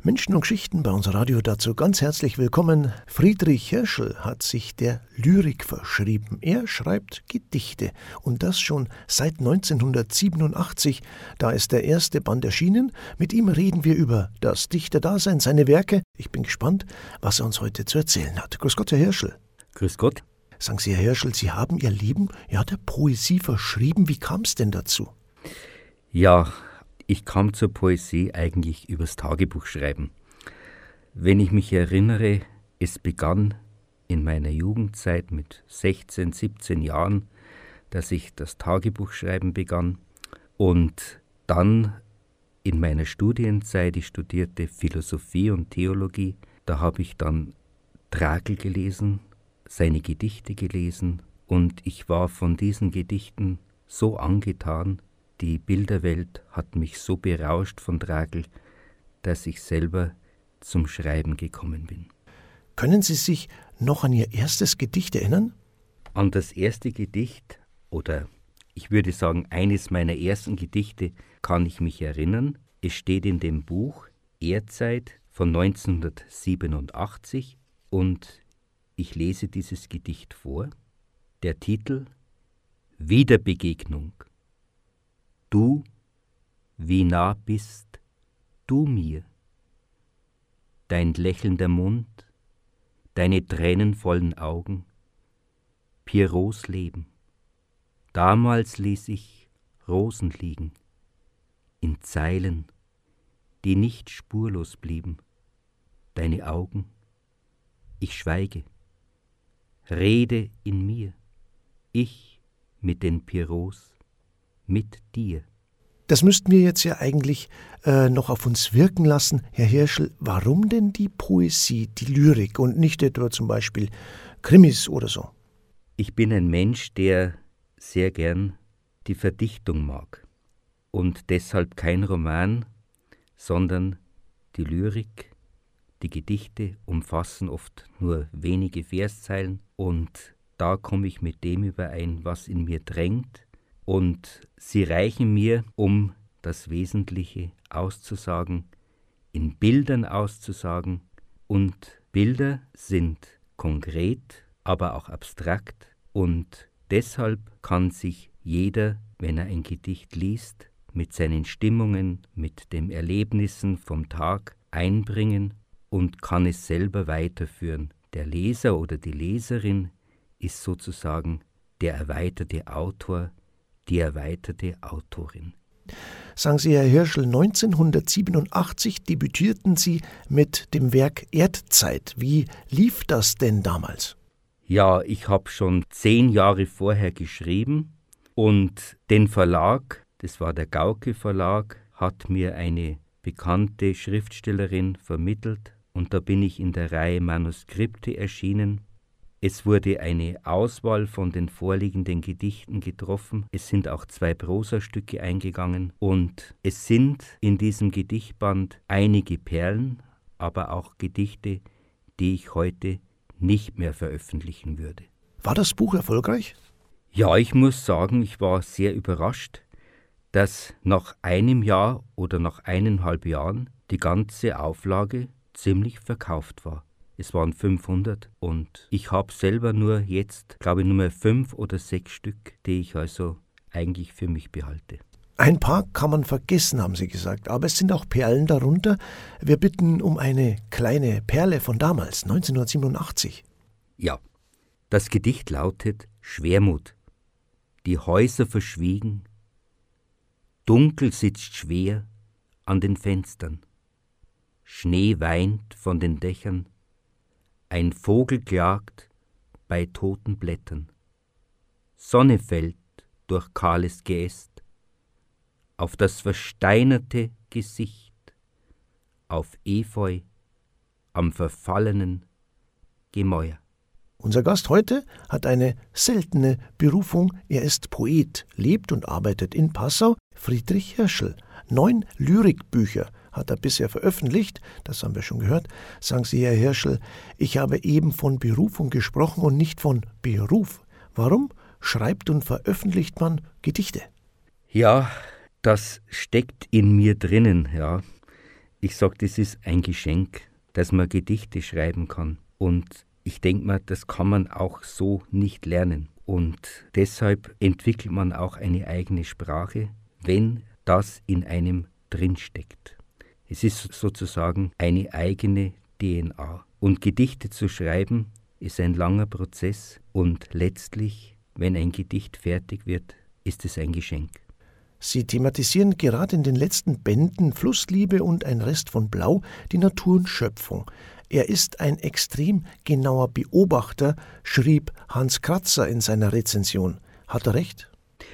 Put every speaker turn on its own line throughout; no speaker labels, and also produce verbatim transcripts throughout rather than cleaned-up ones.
Menschen und Geschichten bei uns Radio dazu ganz herzlich willkommen. Friedrich Hirschl hat sich der Lyrik verschrieben. Er schreibt Gedichte und das schon seit neunzehnhundertsiebenundachtzig. Da ist der erste Band erschienen. Mit ihm reden wir über das Dichterdasein, seine Werke. Ich bin gespannt, was er uns heute zu erzählen hat. Grüß Gott, Herr Hirschl.
Grüß Gott.
Sagen Sie, Herr Hirschl, Sie haben Ihr Leben ja der Poesie verschrieben. Wie kam es denn dazu?
Ja, ich kam zur Poesie eigentlich übers Tagebuchschreiben. Wenn ich mich erinnere, es begann in meiner Jugendzeit mit sechzehn, siebzehn Jahren, dass ich das Tagebuchschreiben begann. Und dann in meiner Studienzeit, ich studierte Philosophie und Theologie, da habe ich dann Trakl gelesen, seine Gedichte gelesen und ich war von diesen Gedichten so angetan. Die Bilderwelt hat mich so berauscht von Trakl, dass ich selber zum Schreiben gekommen bin.
Können Sie sich noch an Ihr erstes Gedicht erinnern?
An das erste Gedicht, oder ich würde sagen, eines meiner ersten Gedichte, kann ich mich erinnern. Es steht in dem Buch Erdzeit von neunzehnhundertsiebenundachtzig und ich lese dieses Gedicht vor. Der Titel Wiederbegegnung. Du, wie nah bist du mir, dein lächelnder Mund, deine tränenvollen Augen, Pierrots Leben. Damals ließ ich Rosen liegen, in Zeilen, die nicht spurlos blieben, deine Augen, ich schweige, rede in mir, ich mit den Pierrots, mit dir.
Das müssten wir jetzt ja eigentlich äh, noch auf uns wirken lassen. Herr Hirschl, warum denn die Poesie, die Lyrik und nicht etwa zum Beispiel Krimis oder so?
Ich bin ein Mensch, der sehr gern die Verdichtung mag und deshalb kein Roman, sondern die Lyrik, die Gedichte umfassen oft nur wenige Verszeilen und da komme ich mit dem überein, was in mir drängt. Und sie reichen mir, um das Wesentliche auszusagen, in Bildern auszusagen. Und Bilder sind konkret, aber auch abstrakt. Und deshalb kann sich jeder, wenn er ein Gedicht liest, mit seinen Stimmungen, mit den Erlebnissen vom Tag einbringen und kann es selber weiterführen. Der Leser oder die Leserin ist sozusagen der erweiterte Autor, die erweiterte Autorin.
Sagen Sie, Herr Hirschl, neunzehnhundertsiebenundachtzig debütierten Sie mit dem Werk Erdzeit. Wie lief das denn damals?
Ja, ich habe schon zehn Jahre vorher geschrieben und den Verlag, das war der Gauke Verlag, hat mir eine bekannte Schriftstellerin vermittelt und da bin ich in der Reihe Manuskripte erschienen. Es wurde eine Auswahl von den vorliegenden Gedichten getroffen. Es sind auch zwei Prosastücke eingegangen und es sind in diesem Gedichtband einige Perlen, aber auch Gedichte, die ich heute nicht mehr veröffentlichen würde.
War das Buch erfolgreich?
Ja, ich muss sagen, ich war sehr überrascht, dass nach einem Jahr oder nach eineinhalb Jahren die ganze Auflage ziemlich verkauft war. Es waren fünfhundert und ich habe selber nur jetzt, glaube ich, nur mehr fünf oder sechs Stück, die ich also eigentlich für mich behalte.
Ein paar kann man vergessen, haben Sie gesagt, aber es sind auch Perlen darunter. Wir bitten um eine kleine Perle von damals, neunzehnhundertsiebenundachtzig.
Ja, das Gedicht lautet Schwermut. Die Häuser verschwiegen, dunkel sitzt schwer an den Fenstern, Schnee weint von den Dächern, ein Vogel klagt bei toten Blättern. Sonne fällt durch kahles Geäst auf das versteinerte Gesicht, auf Efeu am verfallenen Gemäuer.
Unser Gast heute hat eine seltene Berufung. Er ist Poet, lebt und arbeitet in Passau. Friedrich Hirschl. Neun Lyrikbücher hat er bisher veröffentlicht, das haben wir schon gehört. Sagen Sie, Herr Hirschl, ich habe eben von Berufung gesprochen und nicht von Beruf. Warum schreibt und veröffentlicht man Gedichte?
Ja, das steckt in mir drinnen, ja. Ich sage, das ist ein Geschenk, dass man Gedichte schreiben kann. Und ich denke mir, das kann man auch so nicht lernen. Und deshalb entwickelt man auch eine eigene Sprache, wenn das in einem drinsteckt. Es ist sozusagen eine eigene D N A. Und Gedichte zu schreiben ist ein langer Prozess und letztlich, wenn ein Gedicht fertig wird, ist es ein Geschenk.
Sie thematisieren gerade in den letzten Bänden Flussliebe und ein Rest von Blau die Natur und Schöpfung. Er ist ein extrem genauer Beobachter, schrieb Hans Kratzer in seiner Rezension. Hat er recht?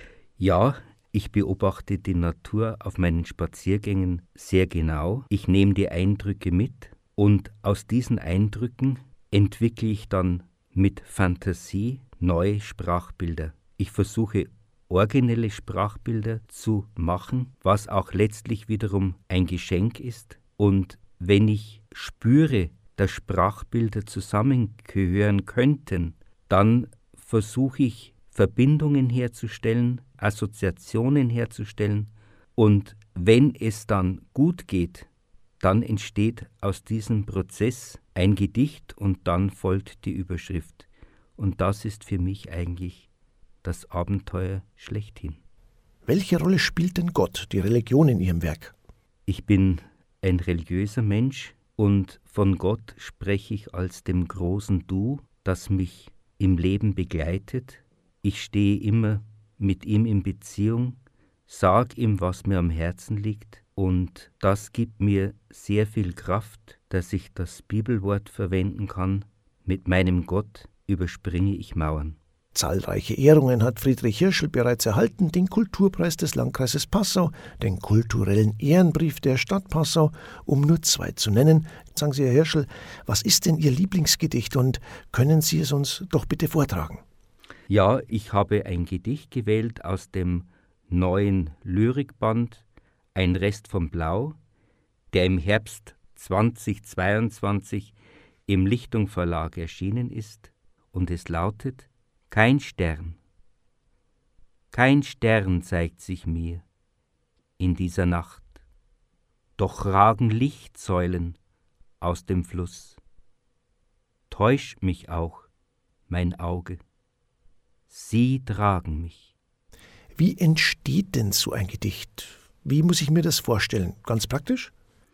Ja, ich beobachte die Natur auf meinen Spaziergängen sehr genau. Ich nehme die Eindrücke mit und aus diesen Eindrücken entwickle ich dann mit Fantasie neue Sprachbilder. Ich versuche originelle Sprachbilder zu machen, was auch letztlich wiederum ein Geschenk ist. Und wenn ich spüre, dass Sprachbilder zusammengehören könnten, dann versuche ich Verbindungen herzustellen, Assoziationen herzustellen. Und wenn es dann gut geht, dann entsteht aus diesem Prozess ein Gedicht und dann folgt die Überschrift. Und das ist für mich eigentlich das Abenteuer schlechthin.
Welche Rolle spielt denn Gott, die Religion in Ihrem Werk?
Ich bin ein religiöser Mensch und von Gott spreche ich als dem großen Du, das mich im Leben begleitet. Ich stehe immer mit ihm in Beziehung, sage ihm, was mir am Herzen liegt und das gibt mir sehr viel Kraft, dass ich das Bibelwort verwenden kann. Mit meinem Gott überspringe ich Mauern.
Zahlreiche Ehrungen hat Friedrich Hirschl bereits erhalten, den Kulturpreis des Landkreises Passau, den kulturellen Ehrenbrief der Stadt Passau, um nur zwei zu nennen. Sagen Sie, Herr Hirschl, was ist denn Ihr Lieblingsgedicht und können Sie es uns doch bitte vortragen?
Ja, ich habe ein Gedicht gewählt aus dem neuen Lyrikband Ein Rest vom Blau, der im Herbst zweitausendzweiundzwanzig im Lichtung Verlag erschienen ist, und es lautet: Kein Stern, kein Stern zeigt sich mir in dieser Nacht, doch ragen Lichtsäulen aus dem Fluss. Täuscht mich auch mein Auge, sie tragen mich.
Wie entsteht denn so ein Gedicht? Wie muss ich mir das vorstellen? Ganz praktisch?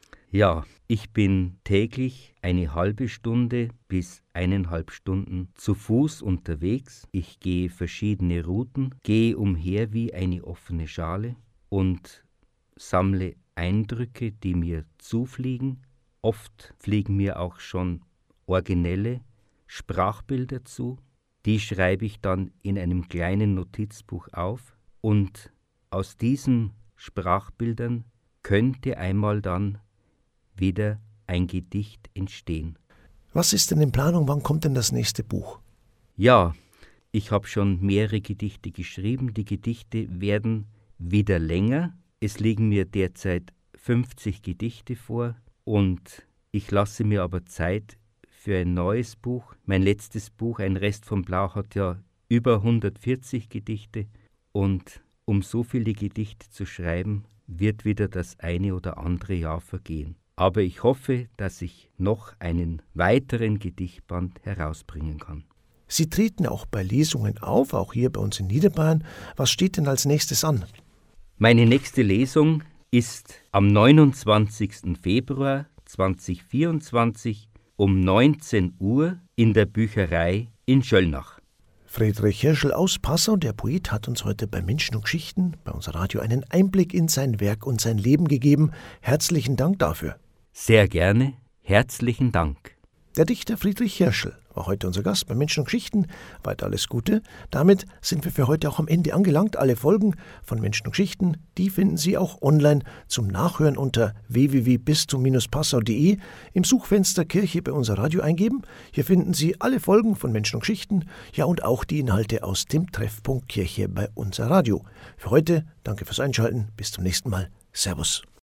Ja, ich bin täglich eine halbe Stunde bis eineinhalb Stunden zu Fuß unterwegs. Ich gehe verschiedene Routen, gehe umher wie eine offene Schale und sammle Eindrücke, die mir zufliegen. Oft fliegen mir auch schon originelle Sprachbilder zu. Die schreibe ich dann in einem kleinen Notizbuch auf und aus diesen Sprachbildern könnte einmal dann wieder ein Gedicht entstehen.
Was ist denn in Planung? Wann kommt denn das nächste Buch?
Ja, ich habe schon mehrere Gedichte geschrieben. Die Gedichte werden wieder länger. Es liegen mir derzeit fünfzig Gedichte vor und ich lasse mir aber Zeit für ein neues Buch. Mein letztes Buch, Ein Rest vom Blau, hat ja über hundertvierzig Gedichte und um so viele Gedichte zu schreiben, wird wieder das eine oder andere Jahr vergehen. Aber ich hoffe, dass ich noch einen weiteren Gedichtband herausbringen kann.
Sie treten auch bei Lesungen auf, auch hier bei uns in Niederbayern. Was steht denn als nächstes an?
Meine nächste Lesung ist am neunundzwanzigsten Februar zweitausendvierundzwanzig um neunzehn Uhr in der Bücherei in Schöllnach.
Friedrich Hirschl aus Passau, der Poet, hat uns heute bei Menschen und Geschichten, bei unser Radio, einen Einblick in sein Werk und sein Leben gegeben. Herzlichen Dank dafür.
Sehr gerne, herzlichen Dank.
Der Dichter Friedrich Hirschl war heute unser Gast bei Menschen und Geschichten. Weiter alles Gute. Damit sind wir für heute auch am Ende angelangt. Alle Folgen von Menschen und Geschichten, die finden Sie auch online zum Nachhören unter w w w punkt bistum Bindestrich passau punkt de. Im Suchfenster Kirche bei unser Radio eingeben. Hier finden Sie alle Folgen von Menschen und Geschichten, ja und auch die Inhalte aus dem Treffpunkt Kirche bei unser Radio. Für heute danke fürs Einschalten. Bis zum nächsten Mal. Servus.